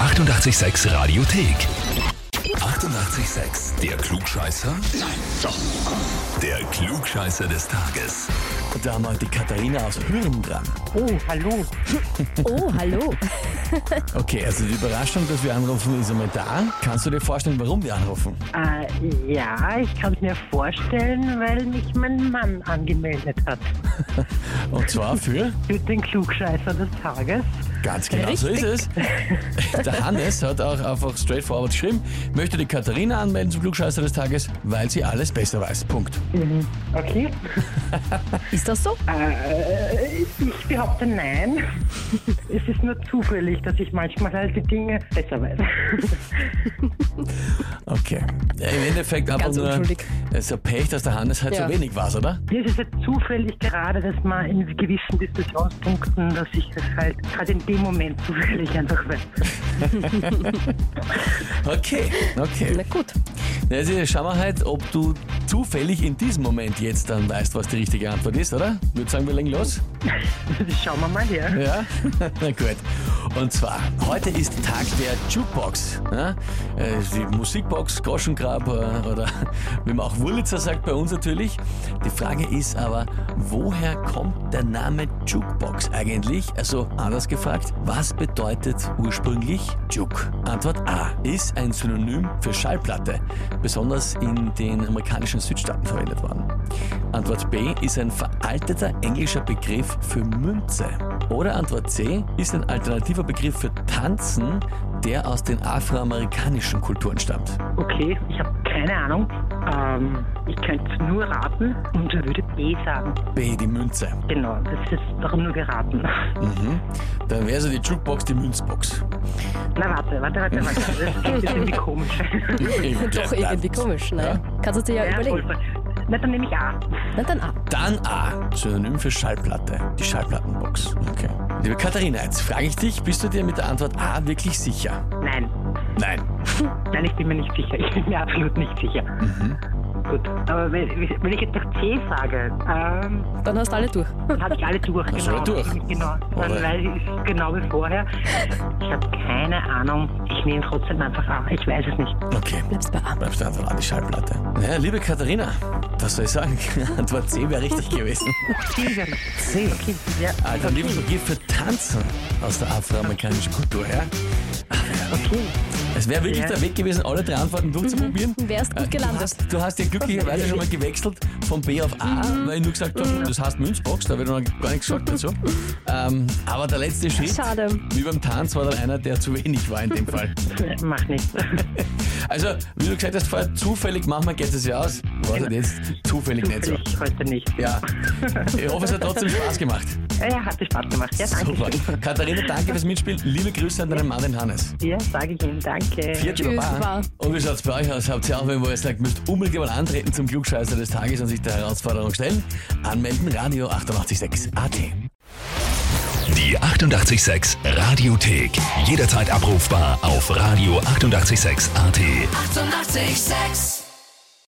886 Radiothek. 88,6. Der Klugscheißer? Nein, doch. Der Klugscheißer des Tages. Da haben wir die Katharina aus Hürren dran. Oh, hallo. Oh, hallo. Okay, also die Überraschung, dass wir anrufen, ist einmal da. Kannst du dir vorstellen, warum wir anrufen? Ja, ich kann es mir vorstellen, weil mich mein Mann angemeldet hat. Und zwar für? Für den Klugscheißer des Tages. Ganz genau, so ist es. Der Hannes hat auch einfach straightforward geschrieben, möchte die Katharina anmelden zum Klugscheißer des Tages, weil sie alles besser weiß. Punkt. Okay. Ist das so? Ich behaupte nein. Es ist nur zufällig, dass ich manchmal halt die Dinge besser weiß. Okay. Ja, im Endeffekt einfach Ganz nur unschuldig. so Pech, dass der Hannes halt so Ja. wenig weiß, oder? Mir ist es jetzt zufällig gerade, dass man in gewissen Diskussionspunkten, dass ich das halt gerade in dem Moment zufällig einfach weiß. Okay. Na gut. Also schauen wir halt, ob du zufällig in diesem Moment jetzt dann weißt, was die richtige Antwort ist, oder? Ich würde sagen, wir legen los. Schauen wir mal her. Ja? Na gut. Und zwar, heute ist Tag der Jukebox. Ja? Die Musikbox, Groschengrab oder wie man auch Wurlitzer sagt bei uns natürlich. Die Frage ist aber, woher kommt der Name Jukebox eigentlich? Also anders gefragt, was bedeutet ursprünglich Juke? Antwort A ist ein Synonym für Schallplatte, besonders in den amerikanischen Südstaaten verwendet worden. Antwort B ist ein veralteter englischer Begriff für Münze. Oder Antwort C ist ein alternativer Begriff für Tanzen, der aus den afroamerikanischen Kulturen stammt. Okay, ich habe keine Ahnung. Ich könnte es nur raten und würde B sagen. B, die Münze. Genau, das ist doch nur geraten. Dann wäre so die Jukebox die Münzbox. Na, warte. Das klingt jetzt irgendwie komisch. Doch irgendwie komisch, ne? Kannst du dir ja überlegen. voll. Na, dann nehme ich A. Na dann A. Dann A, Synonym für Schallplatte, die Schallplattenbox. Okay. Liebe Katharina, jetzt frage ich dich, bist du dir mit der Antwort A wirklich sicher? Nein. Nein. Nein, ich bin mir nicht sicher. Ich bin mir absolut nicht sicher. Gut, aber wenn ich jetzt noch C sage, Dann hast du alle durch. habe ich alle durch. Hast du alle durch? Genau, dann Oder? weiß ich es genau wie vorher. Ich habe keine Ahnung. Ich nehme trotzdem einfach A. Ich weiß es nicht. Okay. Bleibst bei A. Bleibst du einfach an die Schallplatte. Ja, liebe Katharina, was soll ich sagen? Antwort C wäre richtig gewesen. C. Okay, ja. Alternativer Begriff für Tanzen aus der afroamerikanischen Kultur, ja? Okay. Es wäre wirklich der Weg gewesen, alle drei Antworten durchzuprobieren. Wärst gut gelandet. Du hast ja glücklicherweise schon mal gewechselt von B auf A, weil ich nur gesagt habe, das heißt Münzbox, da habe ich noch gar nichts gesagt dazu. Aber der letzte Schritt, Schade. wie beim Tanz, war dann einer, der zu wenig war in dem Fall. Mach nichts. Also, wie du gesagt hast vorher, zufällig manchmal geht es ja aus. Was halt jetzt zufällig nicht so. Zufällig heute nicht. Ja, ich hoffe, es hat trotzdem Spaß gemacht. Ja, hat Spaß gemacht. Ja, danke Super. schön. Katharina, danke fürs Mitspielen. Liebe Grüße an deinen Mann, den Hannes. Ja, sage ich Ihnen. Danke. Vierte Tschüss, Baba. Baba. Und wie schaut es bei euch aus? Habt ihr auch, wenn ihr sagt, müsst unbedingt mal antreten zum Klugscheißer des Tages und sich der Herausforderung stellen? Anmelden, Radio 886 AT. Die 88,6 Radiothek. Jederzeit abrufbar auf Radio 88,6 AT. 88,6.